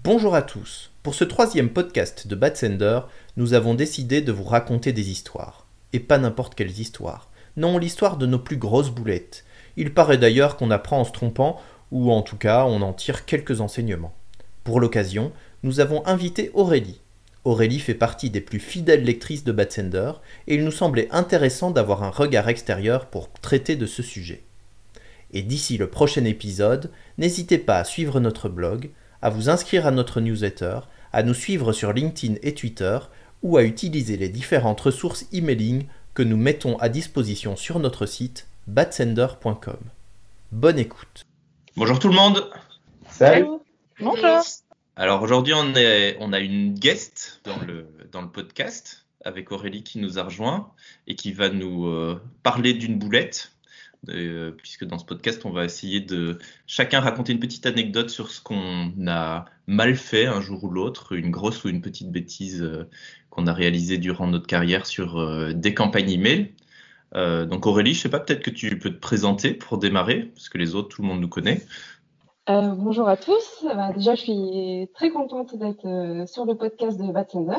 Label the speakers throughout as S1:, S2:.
S1: Bonjour à tous. Pour ce 3e podcast de Bad Sender, nous avons décidé de vous raconter des histoires. Et pas n'importe quelles histoires. Non, l'histoire de nos plus grosses boulettes. Il paraît d'ailleurs qu'on apprend en se trompant, ou en tout cas, on en tire quelques enseignements. Pour l'occasion, nous avons invité Aurélie. Aurélie fait partie des plus fidèles lectrices de Bad Sender, et il nous semblait intéressant d'avoir un regard extérieur pour traiter de ce sujet. Et d'ici le prochain épisode, n'hésitez pas à suivre notre blog, à vous inscrire à notre newsletter, à nous suivre sur LinkedIn et Twitter, ou à utiliser les différentes ressources emailing que nous mettons à disposition sur notre site badsender.com. Bonne écoute. Bonjour tout le monde.
S2: Salut.
S3: Bonjour.
S1: Alors aujourd'hui on a une guest dans le podcast avec Aurélie qui nous a rejoint et qui va nous parler d'une boulette. Puisque dans ce podcast, on va essayer de chacun raconter une petite anecdote sur ce qu'on a mal fait un jour ou l'autre, une grosse ou une petite bêtise qu'on a réalisée durant notre carrière sur des campagnes email. Donc Aurélie, je sais pas, peut-être que tu peux te présenter pour démarrer, parce que les autres, tout le monde nous connaît.
S2: Bonjour à tous. Déjà, je suis très contente d'être sur le podcast de Bad Sender.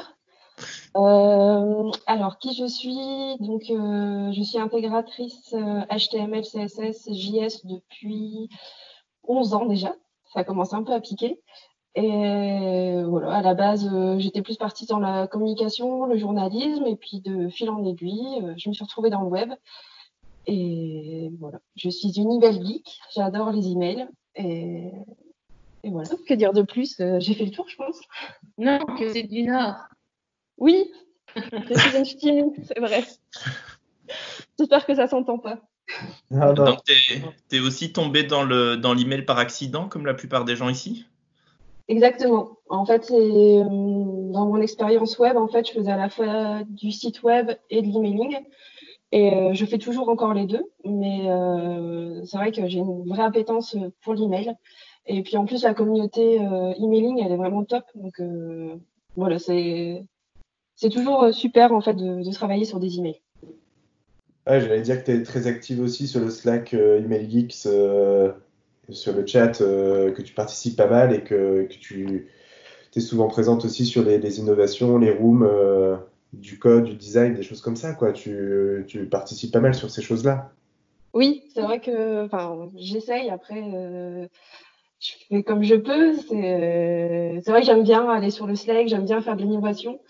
S2: Alors, qui je suis? Donc, je suis intégratrice HTML, CSS, JS depuis 11 ans déjà. Ça commence un peu à piquer. Et voilà, à la base, j'étais plus partie dans la communication, le journalisme, et puis de fil en aiguille, je me suis retrouvée dans le web. Et voilà, je suis une email geek. J'adore les emails. Et voilà, que dire de plus? J'ai fait le tour, je pense.
S3: Non, que c'est du Nord.
S2: Oui, je suis une ch'tine, c'est vrai. J'espère que ça s'entend pas.
S1: Non. Donc, t'es aussi tombé dans l'email par accident, comme la plupart des gens ici?
S2: Exactement. En fait, dans mon expérience web, en fait, je faisais à la fois du site web et de l'emailing. Et je fais toujours encore les deux. Mais c'est vrai que j'ai une vraie appétence pour l'email. Et puis en plus, la communauté emailing, elle est vraiment top. Donc voilà, c'est toujours super en fait de travailler sur des emails.
S4: Ouais, j'allais dire que tu es très active aussi sur le Slack Email Geeks, sur le chat, que tu participes pas mal et que tu es souvent présente aussi sur les innovations, les rooms, du code, du design, des choses comme ça, quoi. Tu participes pas mal sur ces choses-là.
S2: Oui, c'est vrai que j'essaye. Après, je fais comme je peux. C'est vrai que j'aime bien aller sur le Slack, j'aime bien faire de l'innovation.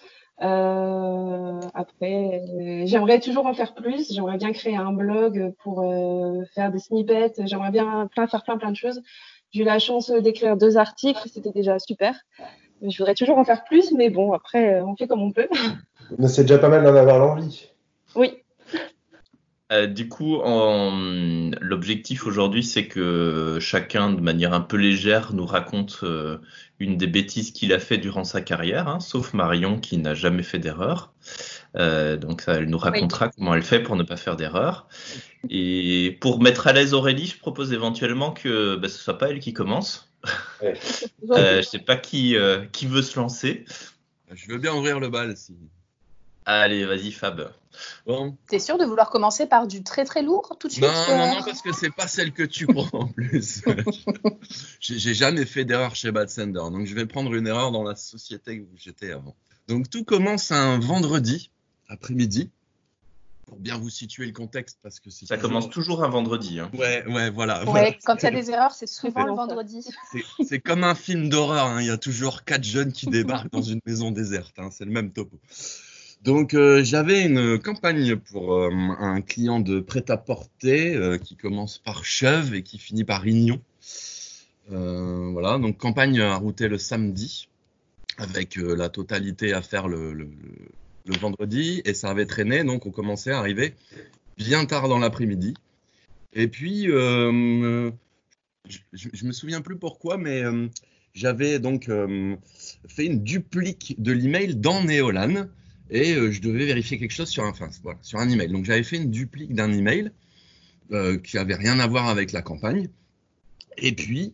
S2: Après, j'aimerais toujours en faire plus. J'aimerais bien créer un blog pour faire des snippets. J'aimerais bien faire plein de choses. J'ai eu la chance d'écrire 2 articles, c'était déjà super. Je voudrais toujours en faire plus, mais bon, après, on fait comme on peut.
S4: Mais c'est déjà pas mal d'en avoir l'envie.
S2: Oui.
S1: Du coup, l'objectif aujourd'hui, c'est que chacun, de manière un peu légère, nous raconte une des bêtises qu'il a fait durant sa carrière, hein, sauf Marion qui n'a jamais fait d'erreur. Donc, elle nous racontera comment elle fait pour ne pas faire d'erreur. Et pour mettre à l'aise Aurélie, je propose éventuellement que ce soit pas elle qui commence.
S4: Ouais.
S1: Je sais pas qui veut se lancer.
S5: Je veux bien ouvrir le bal si.
S1: Allez, vas-y Fab.
S5: Bon.
S3: T'es sûr de vouloir commencer par du très très lourd tout de suite?
S5: Non, parce que c'est pas celle que tu crois en plus. J'ai jamais fait d'erreur chez Bad Sender, donc je vais prendre une erreur dans la société où j'étais avant. Donc tout commence un vendredi après-midi, pour bien vous situer le contexte, parce que
S1: ça commence toujours un vendredi. Hein.
S5: Ouais, voilà.
S3: Ouais, quand il y a des erreurs, c'est souvent le vendredi.
S5: C'est comme un film d'horreur, hein. Il y a toujours 4 jeunes qui débarquent dans une maison déserte, hein. C'est le même topo. Donc j'avais une campagne pour un client de prêt-à-porter qui commence par Cheuve et qui finit par Rignon. Voilà, donc campagne à router le samedi avec la totalité à faire le vendredi, et ça avait traîné, donc on commençait à arriver bien tard dans l'après-midi. Et puis je me souviens plus pourquoi, mais j'avais donc fait une duplique de l'email dans Neolan. Et je devais vérifier quelque chose sur un email. Donc j'avais fait une duplique d'un email qui avait rien à voir avec la campagne. Et puis,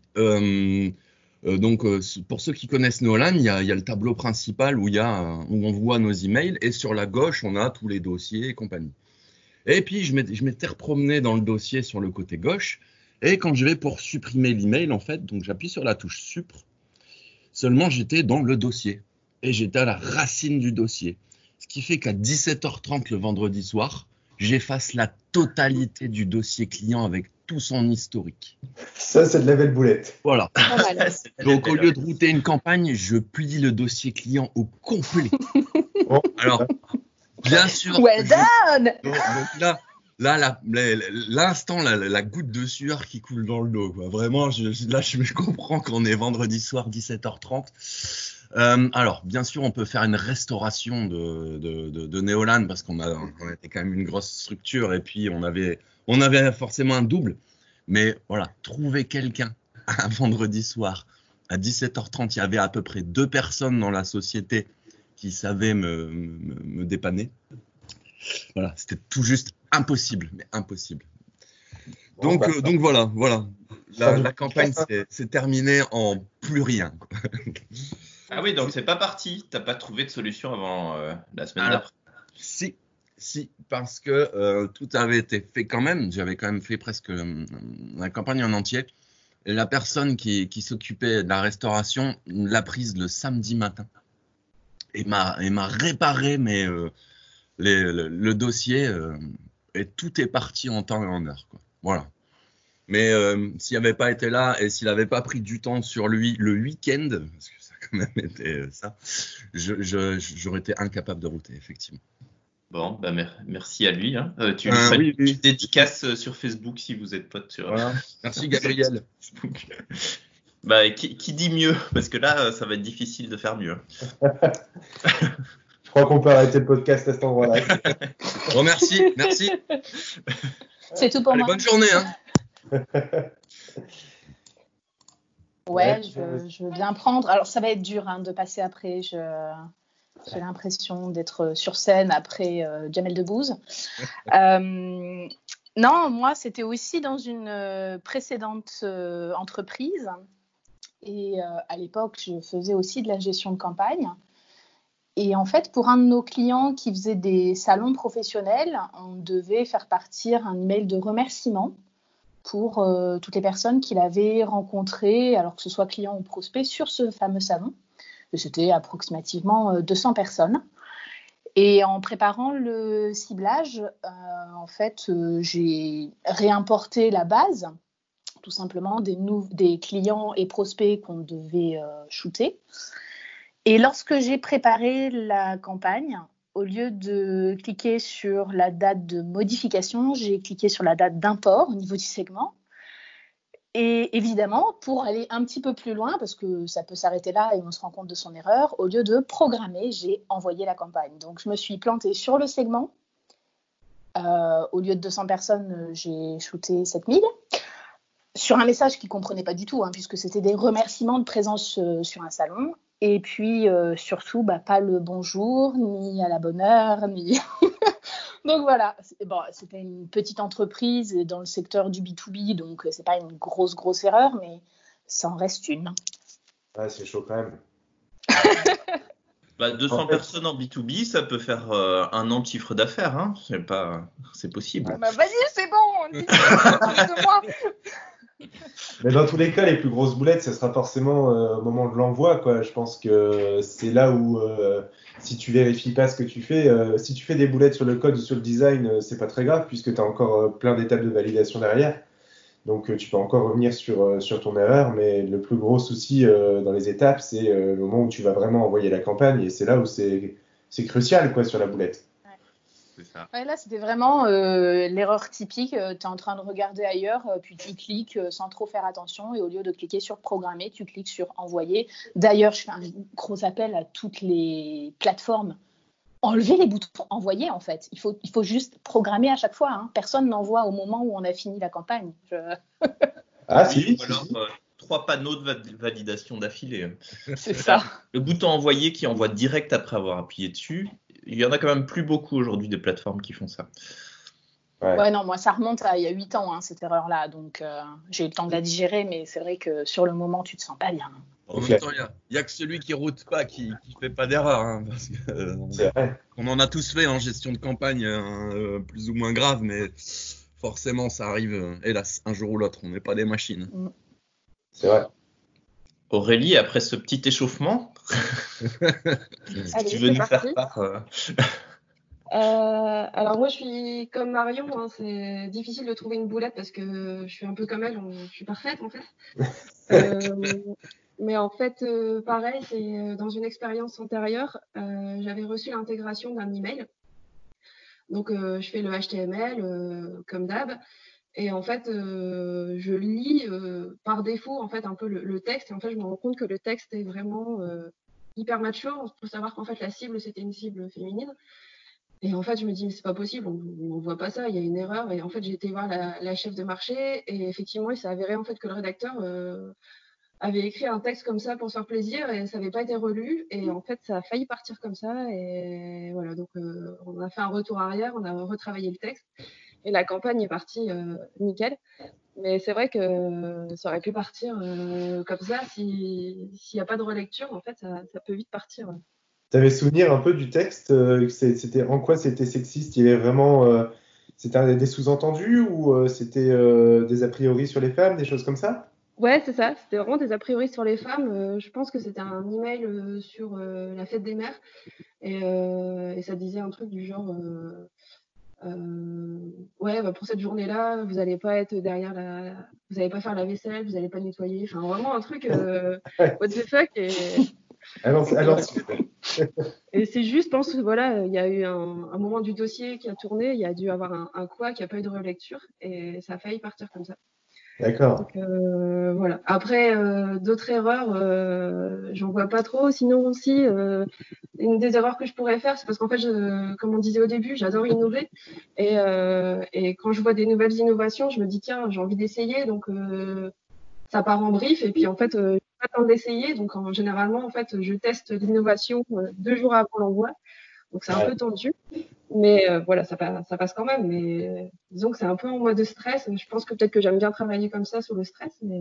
S5: pour ceux qui connaissent Nolan, il y a le tableau principal où on voit nos emails, et sur la gauche, on a tous les dossiers et compagnie. Et puis, je m'étais repromené dans le dossier sur le côté gauche, et quand je vais pour supprimer l'email, en fait, donc j'appuie sur la touche Seulement, j'étais dans le dossier. Et j'étais à la racine du dossier. Ce qui fait qu'à 17h30 le vendredi soir, j'efface la totalité du dossier client avec tout son historique.
S4: Ça, c'est de la belle boulette.
S5: Voilà.
S3: Pas mal.
S5: Donc, au lieu de router une campagne, je plie le dossier client au complet.
S4: Bon.
S5: Alors, bien sûr.
S3: Well done.
S5: Donc là, l'instant, la goutte de sueur qui coule dans le dos, quoi. Vraiment, je comprends qu'on est vendredi soir, 17h30. Alors, bien sûr, on peut faire une restauration de Néolane parce qu'on était quand même une grosse structure et puis on avait forcément un double. Mais voilà, trouver quelqu'un un vendredi soir à 17h30, il y avait à peu près 2 personnes dans la société qui savaient me dépanner. Voilà, c'était tout juste impossible, mais impossible. Donc voilà. La campagne s'est terminée en plus rien.
S1: Ah oui, donc c'est pas parti. T'as pas trouvé de solution avant la semaine d'après.
S5: Si, parce que tout avait été fait quand même. J'avais quand même fait presque la campagne en entier. Et la personne qui s'occupait de la restauration l'a prise le samedi matin et m'a réparé le dossier et tout est parti en temps et en heure, quoi. Voilà. Mais s'il n'avait pas été là et s'il n'avait pas pris du temps sur lui le week-end, parce que ça a quand même été ça, j'aurais été incapable de router, effectivement.
S1: Bon, bah merci à lui. Hein. Tu lui ferais une petite dédicace sur Facebook si vous êtes potes sur.
S5: Voilà. Merci Gabriel.
S1: Facebook. Bah, qui dit mieux? Parce que là, ça va être difficile de faire mieux.
S4: Je crois qu'on peut arrêter le podcast à cet endroit-là.
S5: Bon, merci.
S3: C'est tout pour
S5: Allez,
S3: moi.
S5: bonne journée. Hein.
S3: Ouais, je veux bien prendre. Alors, ça va être dur de passer après. J'ai l'impression d'être sur scène après Jamel Debbouze. Non, moi, c'était aussi dans une précédente entreprise. Et à l'époque, je faisais aussi de la gestion de campagne. Et en fait, pour un de nos clients qui faisait des salons professionnels, on devait faire partir un email de remerciement pour toutes les personnes qu'il avait rencontrées, alors que ce soit client ou prospect, sur ce fameux salon. Et c'était approximativement 200 personnes. Et en préparant le ciblage, en fait, j'ai réimporté la base, tout simplement des clients et prospects qu'on devait shooter. Et lorsque j'ai préparé la campagne, au lieu de cliquer sur la date de modification, j'ai cliqué sur la date d'import au niveau du segment. Et évidemment, pour aller un petit peu plus loin, parce que ça peut s'arrêter là et on se rend compte de son erreur, au lieu de programmer, j'ai envoyé la campagne. Donc, je me suis plantée sur le segment. Au lieu de 200 personnes, j'ai shooté 7000. Sur un message qu'ils ne comprenaient pas du tout, puisque c'était des remerciements de présence sur un salon. Et puis, surtout, pas le bonjour, ni à la bonne heure, ni... Donc voilà, c'était une petite entreprise dans le secteur du B2B, donc c'est pas une grosse erreur, mais ça en reste une.
S4: Ouais, c'est chaud quand même.
S1: 200 personnes en B2B, ça peut faire 1 an de chiffre d'affaires, hein. C'est possible.
S3: Vas-y, c'est bon, dis-le moi.
S4: Mais dans tous les cas, les plus grosses boulettes, ce sera forcément au moment de l'envoi, quoi. Je pense que c'est là où, si tu vérifies pas ce que tu fais, si tu fais des boulettes sur le code ou sur le design, c'est pas très grave puisque tu as encore plein d'étapes de validation derrière. Donc tu peux encore revenir sur ton erreur, mais le plus gros souci dans les étapes, c'est le moment où tu vas vraiment envoyer la campagne et c'est là où c'est crucial, quoi, sur la boulette.
S1: C'est ça.
S3: Ouais, là, c'était vraiment l'erreur typique. Tu es en train de regarder ailleurs, puis tu cliques sans trop faire attention. Et au lieu de cliquer sur programmer, tu cliques sur envoyer. D'ailleurs, je fais un gros appel à toutes les plateformes. Enlevez les boutons envoyer, en fait. Il faut juste programmer à chaque fois. Personne n'envoie au moment où on a fini la campagne.
S4: Ah,
S1: oui,
S4: si.
S1: Ou alors 3 panneaux de validation d'affilée.
S3: C'est ça.
S1: Le bouton envoyer qui envoie direct après avoir appuyé dessus. Il y en a quand même plus beaucoup aujourd'hui des plateformes qui font ça.
S3: Ouais, non, moi ça remonte à il y a 8 ans, cette erreur-là. Donc j'ai eu le temps de la digérer, mais c'est vrai que sur le moment, tu te sens pas bien.
S5: En même temps, il y a que celui qui route pas qui fait pas d'erreur. Parce que,
S4: c'est vrai.
S5: On en a tous fait en gestion de campagne, plus ou moins grave, mais forcément ça arrive, hélas, un jour ou l'autre. On n'est pas des machines.
S4: C'est vrai.
S1: Aurélie, après ce petit échauffement,
S2: Allez,
S1: tu veux
S2: c'est
S1: nous faire
S2: parti.
S1: part
S2: Alors moi je suis comme Marion, hein, c'est difficile de trouver une boulette parce que je suis un peu comme elle, je suis parfaite en fait. Mais en fait, pareil, c'est dans une expérience antérieure, j'avais reçu l'intégration d'un email. Donc je fais le HTML comme d'hab, et en fait je lis par défaut en fait un peu le texte, et en fait je me rends compte que le texte est vraiment hyper macho. Il faut savoir qu'en fait la cible c'était une cible féminine. Et en fait, je me dis, mais c'est pas possible, on voit pas ça, il y a une erreur. Et en fait, j'ai été voir la chef de marché, et effectivement, il s'est avéré en fait que le rédacteur avait écrit un texte comme ça pour se faire plaisir, et ça n'avait pas été relu. Et en fait, ça a failli partir comme ça. Et voilà, donc on a fait un retour arrière, on a retravaillé le texte, et la campagne est partie nickel. Mais c'est vrai que ça aurait pu partir comme ça, s'il n'y a pas de relecture, en fait, ça peut vite partir.
S4: T'avais souvenir un peu du texte, c'était en quoi c'était sexiste? Il y avait vraiment, c'était des sous-entendus ou c'était des a priori sur les femmes, des choses comme ça?
S2: Ouais, c'est ça. C'était vraiment des a priori sur les femmes. Je pense que c'était un email sur la fête des mères, et ça disait un truc du genre ouais, bah, pour cette journée-là, vous n'allez pas être derrière vous n'allez pas faire la vaisselle, vous n'allez pas nettoyer. Enfin, vraiment un truc
S4: Ouais,
S2: what the fuck.
S4: alors,
S2: Et
S4: alors,
S2: voilà. Et c'est juste, je pense que voilà, il y a eu un moment du dossier qui a tourné, il y a dû avoir un quoi qui n'a pas eu de relecture, et ça a failli partir comme ça.
S4: d'accord.
S2: Donc voilà. Après, d'autres erreurs, j'en vois pas trop. Sinon aussi, une des erreurs que je pourrais faire, c'est parce qu'en fait, comme on disait au début, j'adore innover. Et quand je vois des nouvelles innovations, je me dis, tiens, j'ai envie d'essayer. Donc ça part en brief. Et puis en fait, j'ai pas le temps d'essayer. Donc généralement, en fait, je teste l'innovation 2 jours avant l'envoi. Donc c'est un
S4: Ouais.
S2: peu tendu. Mais voilà, ça passe quand même. Mais disons que c'est un peu en mode stress. Je pense que peut-être que j'aime bien travailler comme ça sur le stress. Mais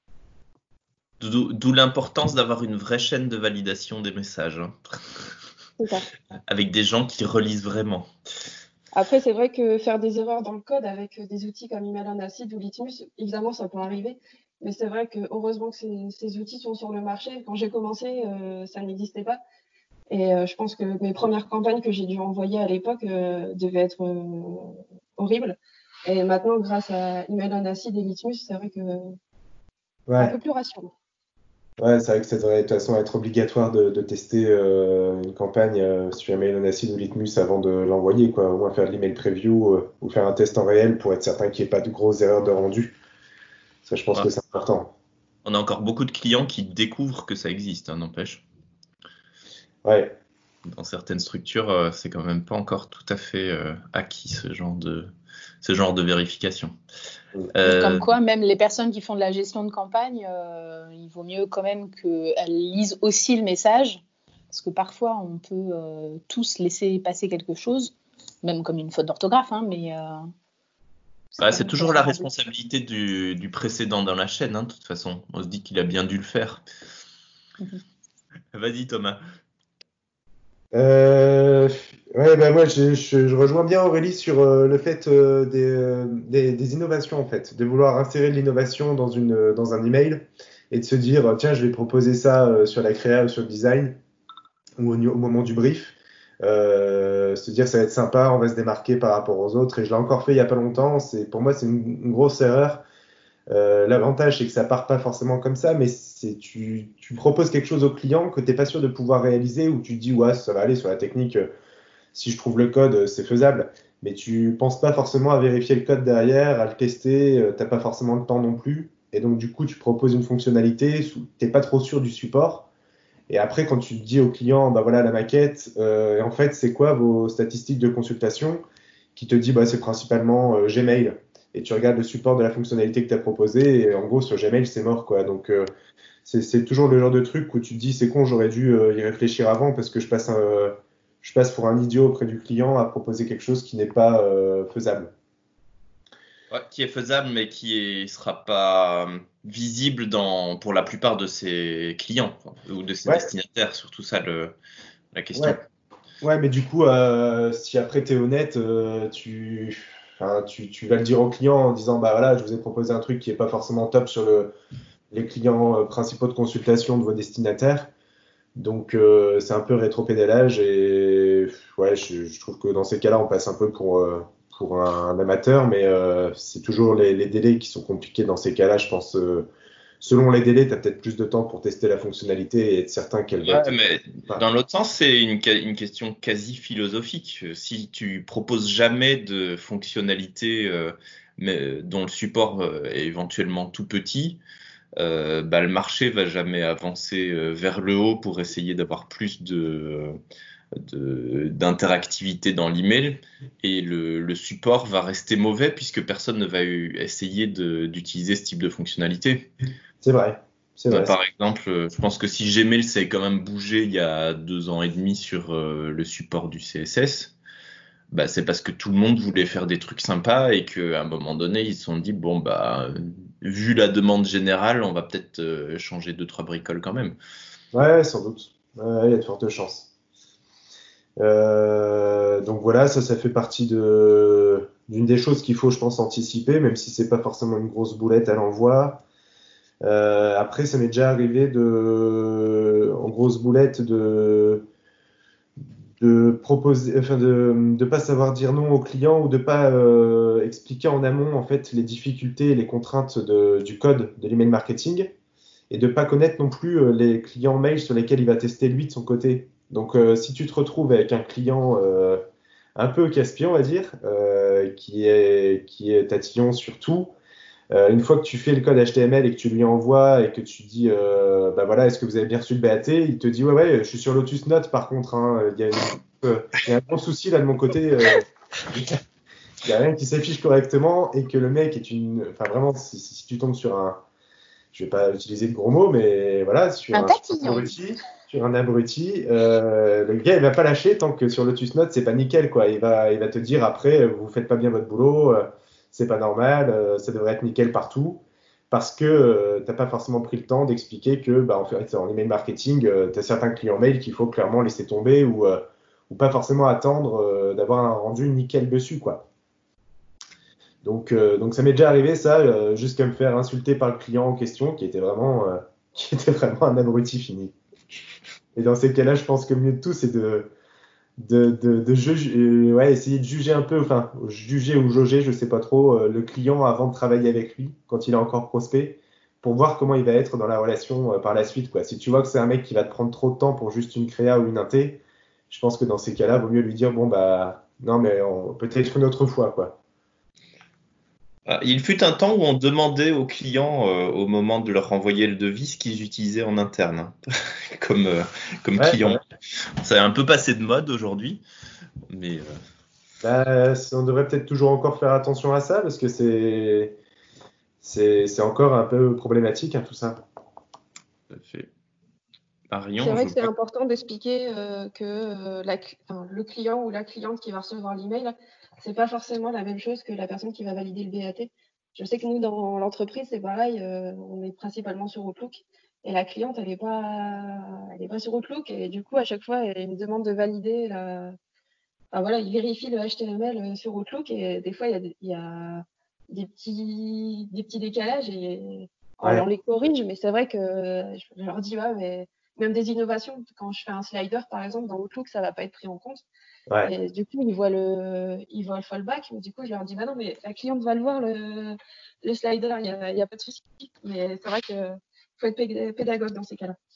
S1: D'où l'importance d'avoir une vraie chaîne de validation des messages, hein,
S2: c'est ça.
S1: avec des gens qui relisent vraiment.
S2: Après, c'est vrai que faire des erreurs dans le code avec des outils comme Email on Acid ou Litmus, évidemment, ça peut arriver. Mais c'est vrai que heureusement que ces outils sont sur le marché. Quand j'ai commencé, ça n'existait pas. Et je pense que mes premières campagnes que j'ai dû envoyer à l'époque devaient être horribles. Et maintenant, grâce à Email on Acid et Litmus, c'est vrai que un peu
S4: Ouais.
S2: plus rassurant.
S4: Ouais, c'est vrai que ça devrait de toute façon être obligatoire de tester une campagne sur Email on Acid ou Litmus avant de l'envoyer, quoi. Au moins faire de l'email preview ou faire un test en réel pour être certain qu'il n'y ait pas de grosses erreurs de rendu. Ça, je pense
S1: Ouais.
S4: que c'est important.
S1: On a encore beaucoup de clients qui découvrent que ça existe, hein, n'empêche.
S4: Ouais.
S1: Dans certaines structures, c'est quand même pas encore tout à fait acquis ce genre de vérification.
S4: Mm.
S3: Mais comme
S1: Euh,
S3: quoi, même les personnes qui font de la gestion de campagne, il vaut mieux quand même qu'elles lisent aussi le message, parce que parfois on peut tous laisser passer quelque chose, même comme une faute d'orthographe, hein, mais c'est quand
S1: c'est
S3: même
S1: toujours la
S3: préférable.
S1: responsabilité du précédent dans la chaîne, hein, de toute façon. On se dit qu'il a bien dû le faire.
S3: Mhm.
S1: Vas-y, Thomas.
S4: Euh, ouais, bah moi je rejoins bien Aurélie sur le fait des innovations en fait, de vouloir insérer de l'innovation dans un email et de se dire tiens je vais proposer ça sur la créa ou sur le design ou au moment du brief. Se dire ça va être sympa, on va se démarquer par rapport aux autres et je l'ai encore fait il y a pas longtemps. Pour moi c'est une grosse erreur. L'avantage, c'est que ça part pas forcément comme ça, mais tu proposes quelque chose au client que tu n'es pas sûr de pouvoir réaliser, ou tu te dis, ouais, ça va aller sur la technique, si je trouve le code, c'est faisable. Mais tu penses pas forcément à vérifier le code derrière, à le tester, t'as pas forcément le temps non plus. Et donc, du coup, tu proposes une fonctionnalité, t'es pas trop sûr du support. Et après, quand tu te dis au client, bah voilà la maquette, et en fait, c'est quoi vos statistiques de consultation? Qui te dit, bah, c'est principalement Gmail. Et tu regardes le support de la fonctionnalité que tu as proposé, et en gros, sur Gmail, c'est mort, quoi. Donc, c'est toujours le genre de truc où tu te dis, c'est con, j'aurais dû y réfléchir avant parce que je passe pour un idiot auprès du client à proposer quelque chose qui n'est pas faisable.
S1: Ouais, qui est faisable, mais qui sera pas visible pour la plupart de ses clients, quoi, ou de ses
S4: Ouais,
S1: destinataires, surtout ça la question.
S4: ouais, ouais, mais du coup, si après tu es honnête, enfin, tu vas le dire au client en disant, bah voilà, je vous ai proposé un truc qui est pas forcément top sur le les clients principaux de consultation de vos destinataires. Donc, c'est un peu rétropédalage et ouais, je trouve que dans ces cas-là, on passe un peu pour un amateur, mais c'est toujours les délais qui sont compliqués dans ces cas-là. Je pense, selon les délais, tu as peut-être plus de temps pour tester la fonctionnalité et être certain qu'elle va être.
S5: Mais dans l'autre sens, c'est une question quasi philosophique. Si tu proposes jamais de fonctionnalité mais dont le support est éventuellement tout petit, le marché va jamais avancer vers le haut pour essayer d'avoir plus d'interactivité dans l'email, et le support va rester mauvais puisque personne ne va essayer d'utiliser ce type de fonctionnalité.
S4: C'est vrai.
S5: Par exemple, je pense que si Gmail s'est quand même bougé il y a 2 ans et demi sur le support du CSS, c'est parce que tout le monde voulait faire des trucs sympas et qu'à un moment donné, ils se sont dit, bon, vu la demande générale, on va peut-être changer 2-3 bricoles quand même.
S4: Ouais, sans doute. Il y a de fortes chances. Donc voilà, ça fait partie d'une des choses qu'il faut, je pense, anticiper, même si c'est pas forcément une grosse boulette à l'envoi. Après, ça m'est déjà arrivé en grosse boulette de proposer, enfin de pas savoir dire non au client ou de pas expliquer en amont en fait les difficultés et les contraintes du code de l'email marketing et de pas connaître non plus les clients mail sur lesquels il va tester lui de son côté. Donc si tu te retrouves avec un client un peu casse-pied, on va dire, qui est tatillon sur tout. Une fois que tu fais le code HTML et que tu lui envoies et que tu dis voilà, est-ce que vous avez bien reçu le BAT, il te dit ouais, je suis sur Lotus Notes par contre, hein, il y a un gros souci là de mon côté, il n'y a rien qui s'affiche correctement et que le mec est enfin vraiment, si tu tombes sur je vais pas utiliser de gros mots, mais voilà, sur un abruti, le gars il va pas lâcher tant que sur Lotus Notes c'est pas nickel quoi. Il va te dire après vous faites pas bien votre boulot, c'est pas normal, ça devrait être nickel partout, parce que t'as pas forcément pris le temps d'expliquer que en fait en email marketing t'as certains clients mail qu'il faut clairement laisser tomber ou pas forcément attendre d'avoir un rendu nickel dessus quoi. Donc ça m'est déjà arrivé ça, jusqu'à me faire insulter par le client en question qui était vraiment un abruti fini. Et dans ces cas-là, je pense que le mieux de tout, c'est de juger, essayer de juger un peu, enfin, juger ou jauger, je sais pas trop, le client avant de travailler avec lui, quand il est encore prospect, pour voir comment il va être dans la relation par la suite, quoi. Si tu vois que c'est un mec qui va te prendre trop de temps pour juste une créa ou une inté, je pense que dans ces cas-là, vaut mieux lui dire, bon, non, mais peut-être une autre fois, quoi.
S5: Il fut un temps où on demandait aux clients, au moment de leur envoyer le devis, ce qu'ils utilisaient en interne, hein, comme client. Ouais. Ça a un peu passé de mode aujourd'hui, mais
S4: on devrait peut-être toujours encore faire attention à ça parce que c'est encore un peu problématique, hein, tout ça.
S5: Ça fait.
S2: C'est vrai que c'est important d'expliquer que le client ou la cliente qui va recevoir l'email, c'est pas forcément la même chose que la personne qui va valider le BAT. Je sais que nous, dans l'entreprise, c'est pareil, on est principalement sur Outlook. Et la cliente, elle est pas sur Outlook. Et du coup, à chaque fois, elle me demande de valider il vérifie le HTML sur Outlook. Et des fois, il y a des petits décalages et on les corrige. Mais c'est vrai que je leur dis, mais même des innovations. Quand je fais un slider, par exemple, dans Outlook, ça va pas être pris en compte. Ouais. Et du coup, ils voient le fallback. Mais du coup, je leur dis, non, mais la cliente va le voir, le slider, il n'y a pas de souci. Mais c'est vrai qu'il faut être pédagogue dans ces cas-là.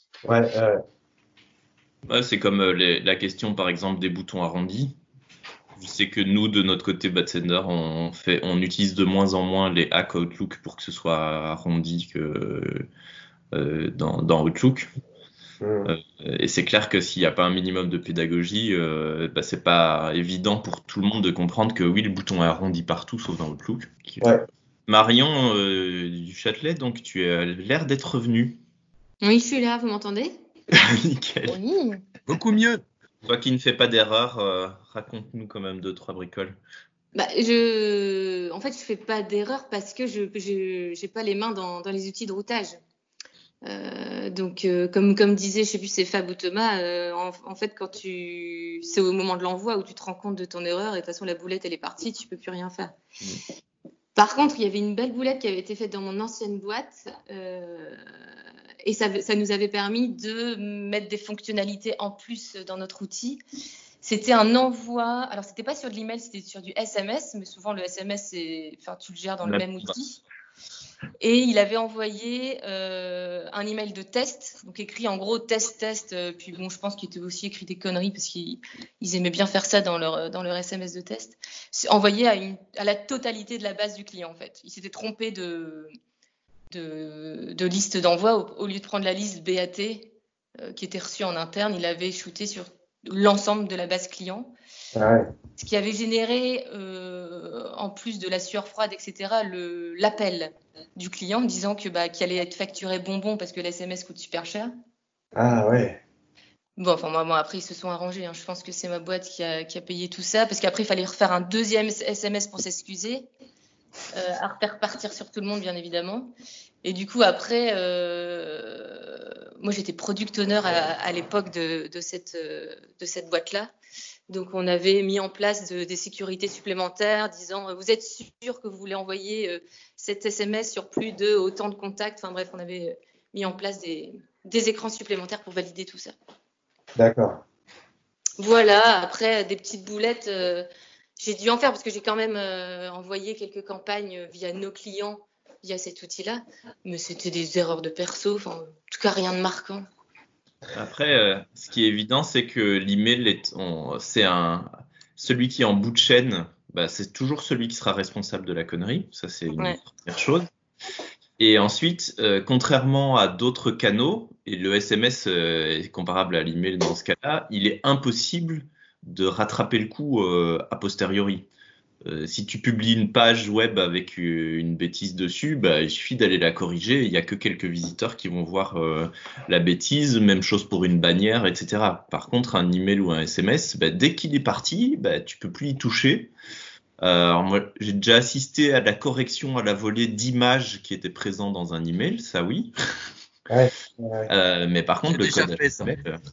S5: Ouais, c'est comme la question, par exemple, des boutons arrondis. Je sais que nous, de notre côté Batsender, on utilise de moins en moins les hacks Outlook pour que ce soit arrondi que dans Outlook. Et c'est clair que s'il n'y a pas un minimum de pédagogie, c'est pas évident pour tout le monde de comprendre que oui, le bouton est arrondi partout, sauf dans Outlook.
S4: Ouais.
S5: Marion du Châtelet, donc tu as l'air d'être revenue.
S6: Oui, je suis là, vous m'entendez?
S5: Nickel.
S6: Oui.
S5: Beaucoup mieux. Toi qui ne fais pas d'erreur, raconte-nous quand même 2-3 bricoles.
S6: En fait, je fais pas d'erreur parce que je j'ai pas les mains dans les outils de routage. Donc, comme disait, je sais plus, c'est Fab ou Thomas, en fait, c'est au moment de l'envoi où tu te rends compte de ton erreur et de toute façon, la boulette, elle est partie, tu peux plus rien faire. Par contre, il y avait une belle boulette qui avait été faite dans mon ancienne boîte et ça nous avait permis de mettre des fonctionnalités en plus dans notre outil. C'était un envoi, alors c'était pas sur de l'email, c'était sur du SMS, mais souvent le SMS, tu le gères dans le même outil. Et il avait envoyé un email de test, donc écrit en gros test, puis bon, je pense qu'il était aussi écrit des conneries parce qu'ils aimaient bien faire ça dans leur SMS de test, envoyé à la totalité de la base du client en fait. Il s'était trompé de liste d'envoi, au lieu de prendre la liste BAT qui était reçue en interne, il avait shooté sur l'ensemble de la base client.
S4: Ouais.
S6: Ce qui avait généré, en plus de la sueur froide, etc., l'appel du client disant qu'il allait être facturé bonbon parce que l'SMS coûte super cher.
S4: Ah ouais.
S6: Bon, après, ils se sont arrangés. Je pense que c'est ma boîte qui a payé tout ça parce qu'après, il fallait refaire un deuxième SMS pour s'excuser, à refaire partir sur tout le monde, bien évidemment. Et du coup, après, moi, j'étais product owner à l'époque de cette boîte-là. Donc, on avait mis en place des sécurités supplémentaires disant « Vous êtes sûr que vous voulez envoyer cet SMS sur plus de autant de contacts ?» Enfin bref, on avait mis en place des écrans supplémentaires pour valider tout ça.
S4: D'accord.
S6: Voilà, après, des petites boulettes, j'ai dû en faire parce que j'ai quand même envoyé quelques campagnes via nos clients, via cet outil-là. Mais c'était des erreurs de perso, en tout cas, rien de marquant.
S1: Après, ce qui est évident, c'est que l'email, celui qui est en bout de chaîne, c'est toujours celui qui sera responsable de la connerie. Ça, c'est une première chose. Et ensuite, contrairement à d'autres canaux, et le SMS est comparable à l'email dans ce cas-là, il est impossible de rattraper le coup a posteriori. Si tu publies une page web avec une bêtise dessus, il suffit d'aller la corriger. Il n'y a que quelques visiteurs qui vont voir la bêtise. Même chose pour une bannière, etc. Par contre, un email ou un SMS, dès qu'il est parti, tu peux plus y toucher. Alors moi, j'ai déjà assisté à la correction à la volée d'images qui étaient présents dans un email, ça oui.
S4: Ouais.
S1: Mais par contre,
S5: J'ai
S1: le
S5: déjà
S1: code
S5: fait ça.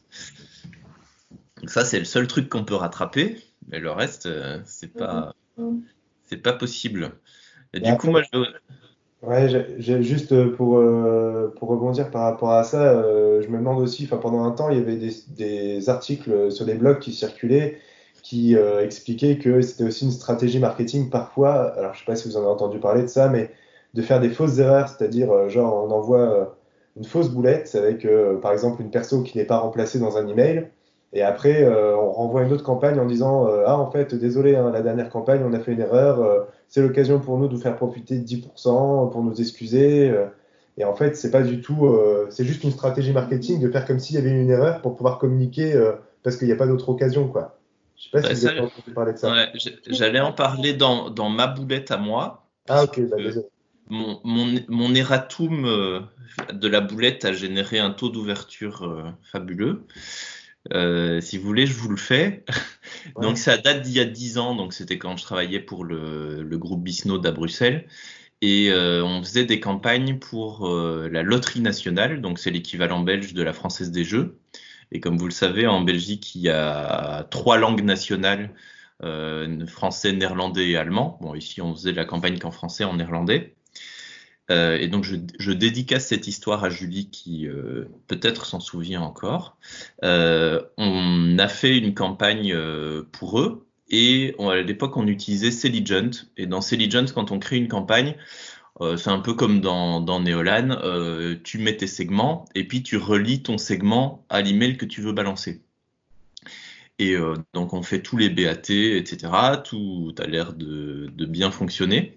S1: Donc ça, c'est le seul truc qu'on peut rattraper. Mais le reste, c'est pas possible. Et du coup, moi,
S4: Ouais, j'ai juste pour rebondir par rapport à ça, je me demande aussi, pendant un temps, il y avait des articles sur les blogs qui circulaient qui expliquaient que c'était aussi une stratégie marketing parfois, alors je sais pas si vous en avez entendu parler de ça, mais de faire des fausses erreurs, c'est-à-dire genre on envoie une fausse boulette avec par exemple une perso qui n'est pas remplacée dans un email, et après on renvoie une autre campagne en disant ah en fait désolé, la dernière campagne on a fait une erreur, c'est l'occasion pour nous de vous faire profiter de 10% pour nous excuser. Et en fait, c'est pas du tout, c'est juste une stratégie marketing de faire comme s'il y avait une erreur pour pouvoir communiquer parce qu'il n'y a pas d'autre occasion, quoi. Je sais pas si vous avez entendu parler de ça.
S1: Ouais, j'allais en parler dans ma boulette à moi.
S4: Ah ok, désolé.
S1: Mon erratum de la boulette a généré un taux d'ouverture fabuleux. Si vous voulez, je vous le fais.
S4: Ouais.
S1: Donc, ça date d'il y a 10 ans. Donc, c'était quand je travaillais pour le groupe Bisnode à Bruxelles. Et on faisait des campagnes pour la loterie nationale. Donc, c'est l'équivalent belge de la Française des Jeux. Et comme vous le savez, en Belgique, il y a 3 langues nationales, français, néerlandais et allemand. Bon, ici, on faisait la campagne qu'en français, en néerlandais. Et donc, je dédicace cette histoire à Julie qui peut-être s'en souvient encore. On a fait une campagne pour eux et à l'époque, on utilisait Selligent. Et dans Selligent, quand on crée une campagne, c'est un peu comme dans Neolan, tu mets tes segments et puis tu relis ton segment à l'email que tu veux balancer. Et donc, on fait tous les BAT, etc. Tout a l'air de bien fonctionner.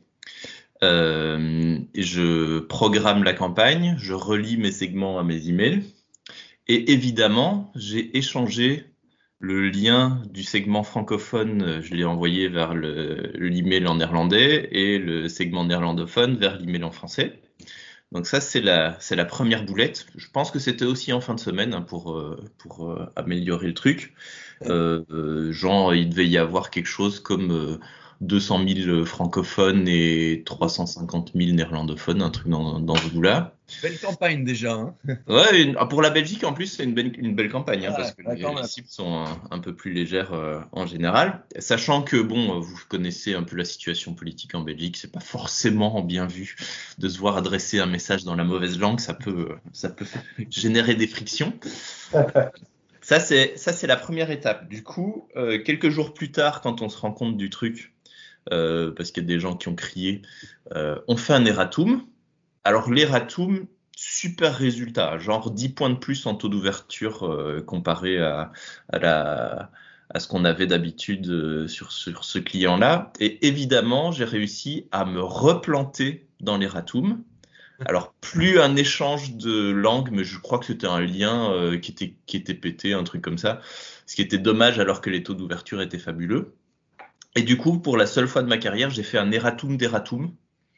S1: Et je programme la campagne, je relis mes segments à mes emails et évidemment j'ai échangé le lien du segment francophone, je l'ai envoyé vers l'email en néerlandais et le segment néerlandophone vers l'email en français. Donc ça c'est la première boulette. Je pense que c'était aussi en fin de semaine pour améliorer le truc. Genre, il devait y avoir quelque chose comme 200 000 francophones et 350 000 néerlandophones, un truc dans ce goût-là.
S5: Belle campagne déjà, hein.
S1: Ouais, pour la Belgique, en plus, c'est une belle campagne, hein, parce que
S5: Ouais, quand
S1: les
S5: même.
S1: cibles sont un peu plus légères en général. Sachant que, bon, vous connaissez un peu la situation politique en Belgique, c'est pas forcément bien vu de se voir adresser un message dans la mauvaise langue, ça peut générer des frictions. Ça, c'est la première étape. Du coup, quelques jours plus tard, quand on se rend compte du truc, parce qu'il y a des gens qui ont crié, on fait un erratum. Alors, l'erratum, super résultat, genre 10 points de plus en taux d'ouverture comparé à ce qu'on avait d'habitude sur ce client-là. Et évidemment, j'ai réussi à me replanter dans l'erratum. Alors, plus un échange de langue, mais je crois que c'était un lien qui était pété, un truc comme ça. Ce qui était dommage alors que les taux d'ouverture étaient fabuleux. Et du coup, pour la seule fois de ma carrière, j'ai fait un erratum d'erratum.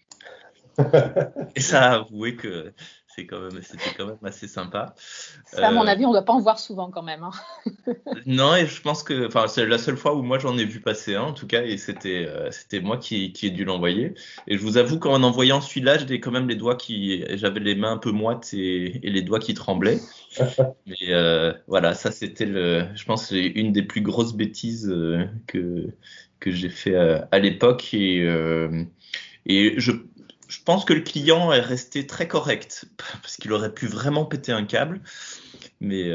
S1: Et ça a avoué que c'était quand même assez sympa.
S3: Ça, à mon avis, on ne doit pas en voir souvent quand même. Hein.
S1: Non, et je pense que c'est la seule fois où moi j'en ai vu passer un, en tout cas, et c'était moi qui ai dû l'envoyer. Et je vous avoue qu'en envoyant celui-là, j'avais quand même j'avais les mains un peu moites et les doigts qui tremblaient. Mais voilà, ça c'était je pense, une des plus grosses bêtises que j'ai fait à l'époque. Et je pense que le client est resté très correct parce qu'il aurait pu vraiment péter un câble. Mais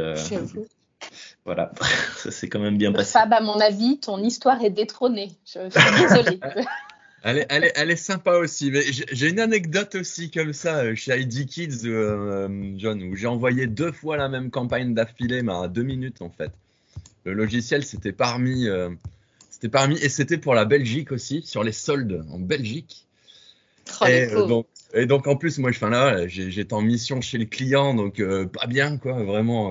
S1: voilà, ça s'est quand même bien passé.
S3: Fab, à mon avis, ton histoire est détrônée. Je suis désolée.
S5: Elle est sympa aussi. Mais j'ai une anecdote aussi comme ça chez ID Kids, John, où j'ai envoyé 2 fois la même campagne d'affilée, mais à 2 minutes en fait. Le logiciel c'était parmi et c'était pour la Belgique aussi, sur les soldes en Belgique.
S6: Oh, les pauvres.
S5: Donc en plus, moi, j'étais en mission chez le client, donc pas bien, quoi, vraiment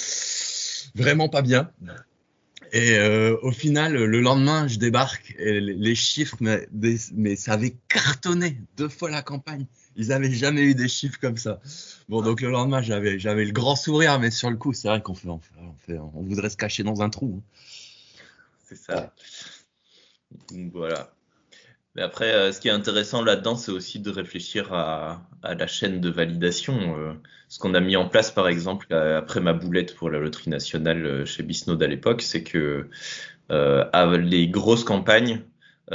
S5: pas bien. Et au final, le lendemain, je débarque et les chiffres, mais ça avait cartonné 2 fois la campagne. Ils n'avaient jamais eu des chiffres comme ça. Bon, donc le lendemain, j'avais le grand sourire, mais sur le coup, c'est vrai on voudrait se cacher dans un trou.
S1: C'est ça. Donc, voilà. Mais après, ce qui est intéressant là-dedans, c'est aussi de réfléchir à la chaîne de validation. Ce qu'on a mis en place, par exemple, après ma boulette pour la loterie nationale chez Bisnode à l'époque, c'est que les grosses campagnes,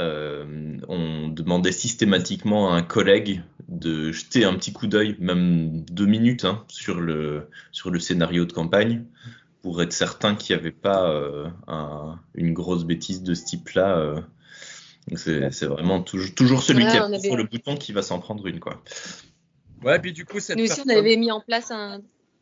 S1: on demandait systématiquement à un collègue de jeter un petit coup d'œil, même 2 minutes, hein, sur le scénario de campagne, pour être certain qu'il n'y avait pas une grosse bêtise de ce type-là. Donc c'est vraiment toujours celui qui appuie sur le bouton qui va s'en prendre une, quoi.
S5: Ouais, puis du coup,
S6: Nous aussi, on avait mis en place un.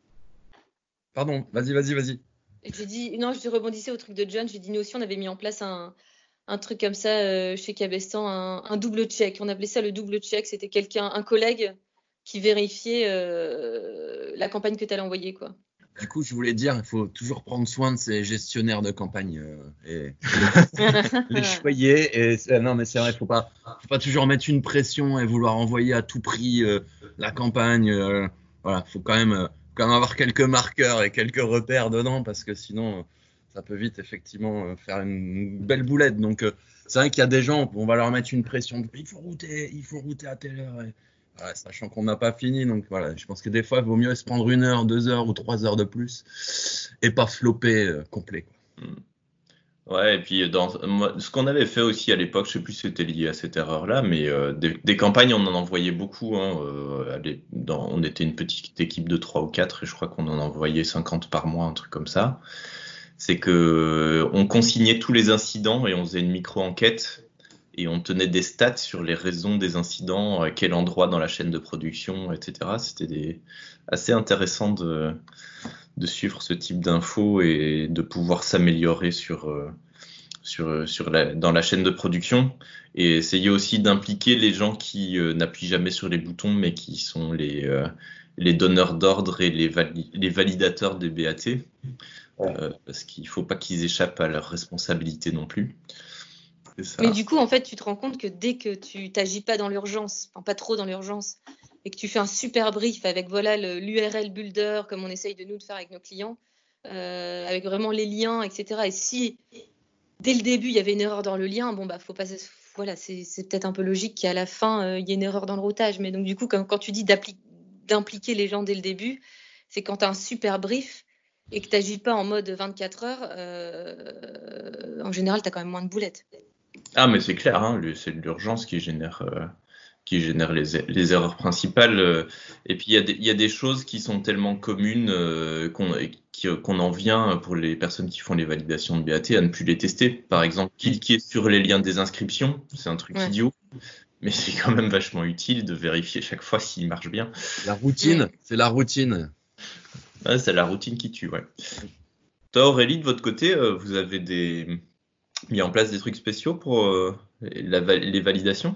S5: Pardon, vas-y.
S6: J'ai dit, non, je rebondissais au truc de John. J'ai dit, nous aussi, on avait mis en place un truc comme ça chez Cabestan, un double check. On appelait ça le double check. C'était un collègue qui vérifiait la campagne que tu allais envoyer, quoi.
S5: Du coup, je voulais dire, il faut toujours prendre soin de ces gestionnaires de campagne et les choyer. Et non, mais c'est vrai, faut pas toujours mettre une pression et vouloir envoyer à tout prix la campagne. Voilà, faut quand même avoir quelques marqueurs et quelques repères dedans, parce que sinon, ça peut vite effectivement faire une belle boulette. Donc, c'est vrai qu'il y a des gens, on va leur mettre une pression. Il faut router à telle heure. Voilà, sachant qu'on n'a pas fini, donc voilà, je pense que des fois, il vaut mieux se prendre 1 heure, 2 heures ou 3 heures de plus et pas flopper complet, quoi.
S1: Ouais, et puis ce qu'on avait fait aussi à l'époque, je sais plus si c'était lié à cette erreur-là, mais des campagnes, on en envoyait beaucoup. Hein, on était une petite équipe de 3 ou 4 et je crois qu'on en envoyait 50 par mois, un truc comme ça. C'est que on consignait tous les incidents et on faisait une micro-enquête. Et on tenait des stats sur les raisons des incidents, à quel endroit dans la chaîne de production, etc. C'était assez intéressant de suivre ce type d'infos et de pouvoir s'améliorer dans la chaîne de production. Et essayer aussi d'impliquer les gens qui n'appuient jamais sur les boutons, mais qui sont les donneurs d'ordre et les validateurs des BAT. Parce qu'il ne faut pas qu'ils échappent à leurs responsabilités non plus.
S6: Mais du coup, en fait, tu te rends compte que dès que tu t'agis pas dans l'urgence, enfin pas trop dans l'urgence, et que tu fais un super brief avec l'URL builder, comme on essaye de faire avec nos clients, avec vraiment les liens, etc. Et si dès le début il y avait une erreur dans le lien, bon bah faut pas, voilà, c'est peut-être un peu logique qu'à la fin il y ait une erreur dans le routage. Mais donc du coup, quand tu dis d'impliquer les gens dès le début, c'est quand tu as un super brief et que tu n'agis pas en mode 24 heures, en général, tu as quand même moins de boulettes.
S1: Ah, mais c'est clair, hein, c'est l'urgence qui génère les erreurs principales. Et puis, il y a des choses qui sont tellement communes qu'on en vient, pour les personnes qui font les validations de BAT, à ne plus les tester. Par exemple, cliquer sur les liens des inscriptions, c'est un truc idiot. Mais c'est quand même vachement utile de vérifier chaque fois s'il marche bien.
S5: La routine, c'est la routine.
S1: Ouais, c'est la routine qui tue, ouais. Toi, Aurélie, de votre côté, vous avez mis en place des trucs spéciaux pour les validations?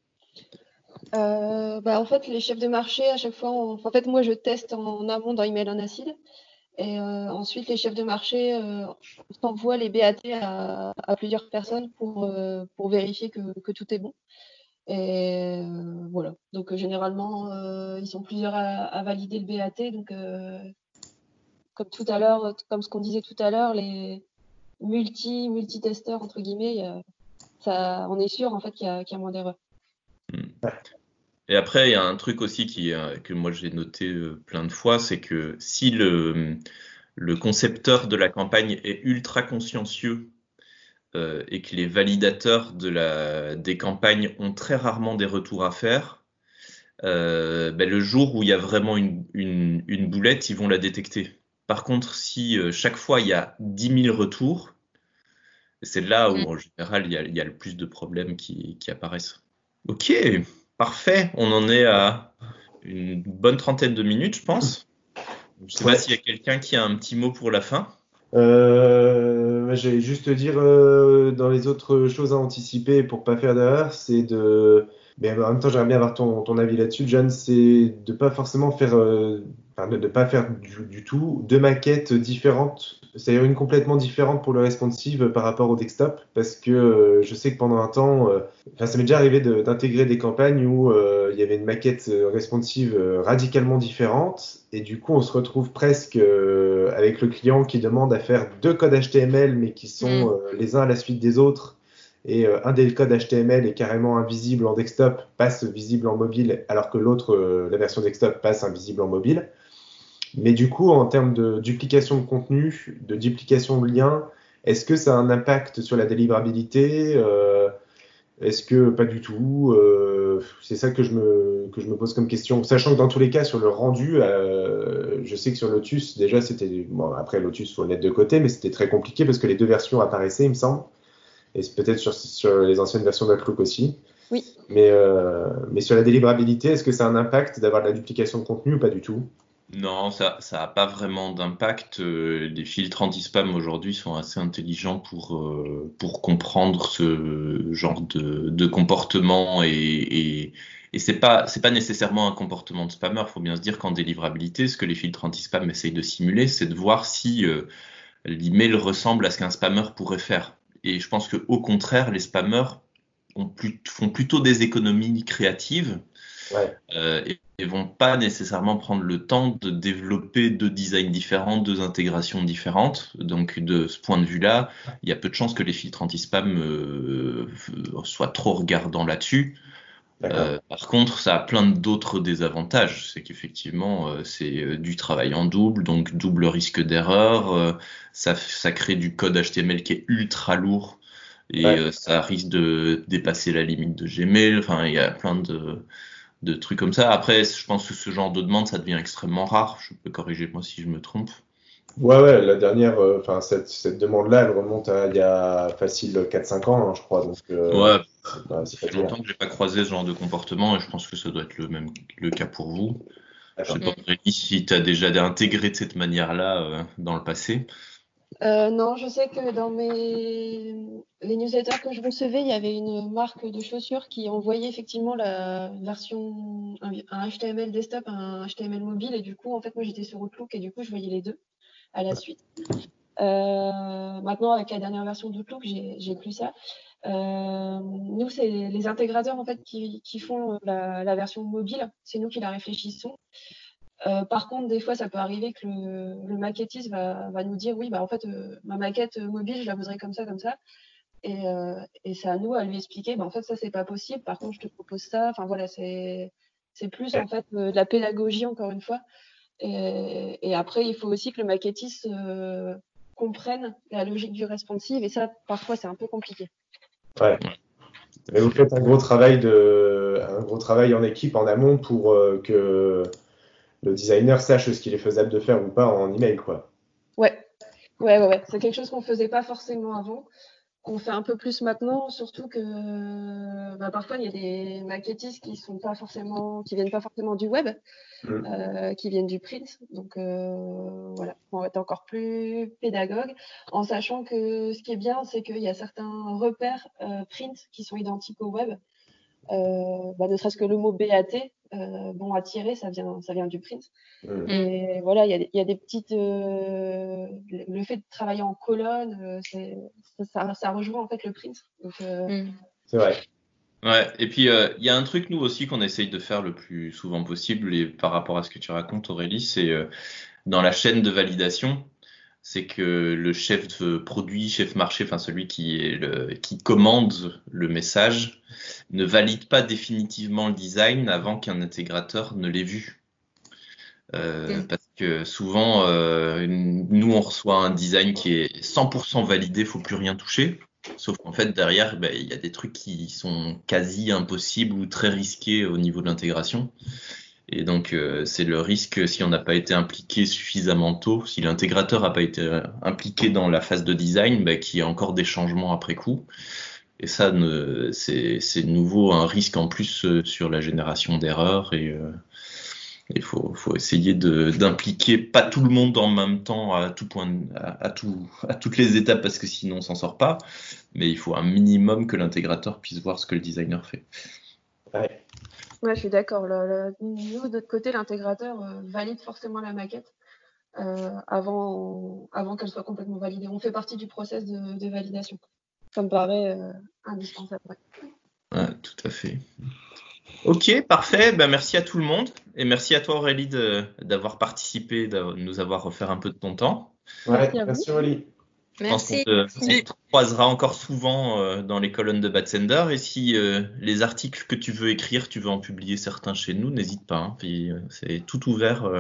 S2: En fait, les chefs de marché, à chaque fois, en fait, moi, je teste en amont dans Email en acide. Et ensuite, les chefs de marché t'envoient les BAT à plusieurs personnes pour vérifier que tout est bon. Et voilà. Donc, généralement, ils sont plusieurs à valider le BAT. Donc, comme tout à l'heure, comme ce qu'on disait tout à l'heure, les multi-testeurs, entre guillemets, on est sûr, en fait, qu'il y a moins d'erreurs.
S1: Et après, il y a un truc aussi que moi j'ai noté plein de fois, c'est que si le concepteur de la campagne est ultra consciencieux et que les validateurs des campagnes ont très rarement des retours à faire, le jour où il y a vraiment une boulette, ils vont la détecter. Par contre, si chaque fois il y a 10 000 retours, c'est là où en général il y a le plus de problèmes qui apparaissent. Ok, parfait. On en est à une bonne trentaine de minutes, je pense. Je ne sais pas s'il y a quelqu'un qui a un petit mot pour la fin.
S4: J'allais juste te dire, dans les autres choses à anticiper pour pas faire d'erreur, c'est de. Mais en même temps, j'aimerais bien avoir ton avis là-dessus, John, c'est de pas forcément faire, de pas faire du tout deux maquettes différentes, c'est-à-dire une complètement différente pour le responsive par rapport au desktop, parce que je sais que pendant un temps, ça m'est déjà arrivé d'intégrer des campagnes où il y avait une maquette responsive radicalement différente, et du coup, on se retrouve presque avec le client qui demande à faire deux codes HTML, mais qui sont les uns à la suite des autres. Et un des codes HTML est carrément invisible en desktop, passe visible en mobile, alors que l'autre, la version desktop, passe invisible en mobile. Mais du coup, en termes de duplication de contenu, de duplication de liens, est-ce que ça a un impact sur la délivrabilité Est-ce que pas du tout C'est ça que je me pose comme question. Sachant que dans tous les cas, sur le rendu, je sais que sur Lotus, déjà, c'était... Bon, après, Lotus, faut le mettre de côté, mais c'était très compliqué parce que les deux versions apparaissaient, il me semble. Et c'est peut-être sur les anciennes versions d'Outlook aussi.
S2: Oui.
S4: Mais sur la délivrabilité, est-ce que ça a un impact d'avoir de la duplication de contenu ou pas du tout?
S1: Non, ça a pas vraiment d'impact. Les filtres anti-spam aujourd'hui sont assez intelligents pour comprendre ce genre de comportement et c'est pas nécessairement un comportement de spammer. Faut bien se dire qu'en délivrabilité, ce que les filtres anti-spam essayent de simuler, c'est de voir si l'email ressemble à ce qu'un spammer pourrait faire. Et je pense que au contraire, les spammers font plutôt des économies créatives.
S4: Ouais.
S1: Et vont pas nécessairement prendre le temps de développer deux designs différents, deux intégrations différentes. Donc de ce point de vue-là, il y a peu de chances que les filtres anti-spam soient trop regardants là-dessus. Par contre, ça a plein d'autres désavantages. C'est qu'effectivement, c'est du travail en double, donc double risque d'erreur. Ça crée du code HTML qui est ultra lourd et ça risque de dépasser la limite de Gmail. Enfin, il y a plein de trucs comme ça. Après, je pense que ce genre de demande, ça devient extrêmement rare. Je peux corriger moi si je me trompe.
S4: Ouais, la dernière, cette demande-là, elle remonte à il y a facile 4-5 ans, hein, je crois. Donc,
S1: Ouais,
S4: ça
S1: fait longtemps que j'ai pas croisé ce genre de comportement et je pense que ça doit être le cas pour vous. Je sais pas, Aurélie, si tu as déjà intégré de cette manière-là dans le passé.
S2: Non, je sais que dans les newsletters que je recevais, il y avait une marque de chaussures qui envoyait effectivement la version, un HTML desktop, un HTML mobile. Et du coup, en fait, moi, j'étais sur Outlook et du coup, je voyais les deux à la suite. Maintenant, avec la dernière version d'Outlook, j'ai plus ça. Nous, c'est les intégrateurs en fait qui font la version mobile. C'est nous qui la réfléchissons. Par contre, des fois, ça peut arriver que le maquettiste va nous dire oui, bah en fait, ma maquette mobile, je la voudrais comme ça, comme ça. Et c'est à nous à lui expliquer, bah en fait, ça, c'est pas possible. Par contre, je te propose ça. Enfin voilà, c'est plus en fait de la pédagogie, encore une fois. Et après, il faut aussi que le maquettiste comprenne la logique du responsive. Et ça, parfois, c'est un peu compliqué.
S4: Ouais. Mais vous faites un gros travail en équipe en amont pour que le designer sache ce qu'il est faisable de faire ou pas en email, quoi.
S2: Ouais. C'est quelque chose qu'on faisait pas forcément avant. On fait un peu plus maintenant, surtout que parfois il y a des maquettistes qui viennent pas forcément du web, qui viennent du print. Donc voilà, on va être encore plus pédagogue, en sachant que ce qui est bien, c'est qu'il y a certains repères print qui sont identiques au web. Ne serait-ce que le mot BAT, bon à tirer, ça vient du print. Et voilà, il y a des petites. Le fait de travailler en colonne, ça rejoint en fait le print. Donc,
S4: C'est vrai.
S1: Ouais, et puis il y a un truc, nous aussi, qu'on essaye de faire le plus souvent possible, et par rapport à ce que tu racontes, Aurélie, c'est dans la chaîne de validation, c'est que le chef de produit, chef marché, enfin celui qui commande le message, ne valide pas définitivement le design avant qu'un intégrateur ne l'ait vu. Parce que souvent, nous, on reçoit un design qui est 100% validé, faut plus rien toucher. Sauf qu'en fait, derrière, il y a des trucs qui sont quasi impossibles ou très risqués au niveau de l'intégration. Et donc, c'est le risque si on n'a pas été impliqué suffisamment tôt, si l'intégrateur n'a pas été impliqué dans la phase de design, qu'il y a encore des changements après coup. Et ça, c'est de nouveau un risque en plus sur la génération d'erreurs. Et il faut essayer d'impliquer pas tout le monde en même temps à toutes les étapes, parce que sinon on s'en sort pas. Mais il faut un minimum que l'intégrateur puisse voir ce que le designer fait.
S2: Ouais, je suis d'accord. Nous, de notre côté, l'intégrateur valide forcément la maquette avant qu'elle soit complètement validée. On fait partie du process de validation. Ça me paraît indispensable.
S1: Ouais, tout à fait. Ok, parfait. Merci à tout le monde. Et merci à toi, Aurélie, d'avoir participé, de nous avoir offert un peu de ton temps.
S4: Ouais, merci Aurélie.
S6: Merci.
S1: On te croisera encore souvent dans les colonnes de Batsender. Et si les articles que tu veux écrire, tu veux en publier certains chez nous, n'hésite pas. Hein. Puis, c'est tout ouvert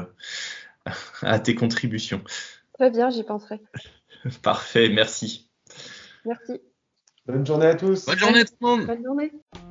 S1: à tes contributions.
S2: Très bien, j'y penserai.
S1: Parfait, merci.
S2: Merci.
S4: Bonne journée à tous.
S5: Bonne journée tout le monde.
S2: Bonne journée.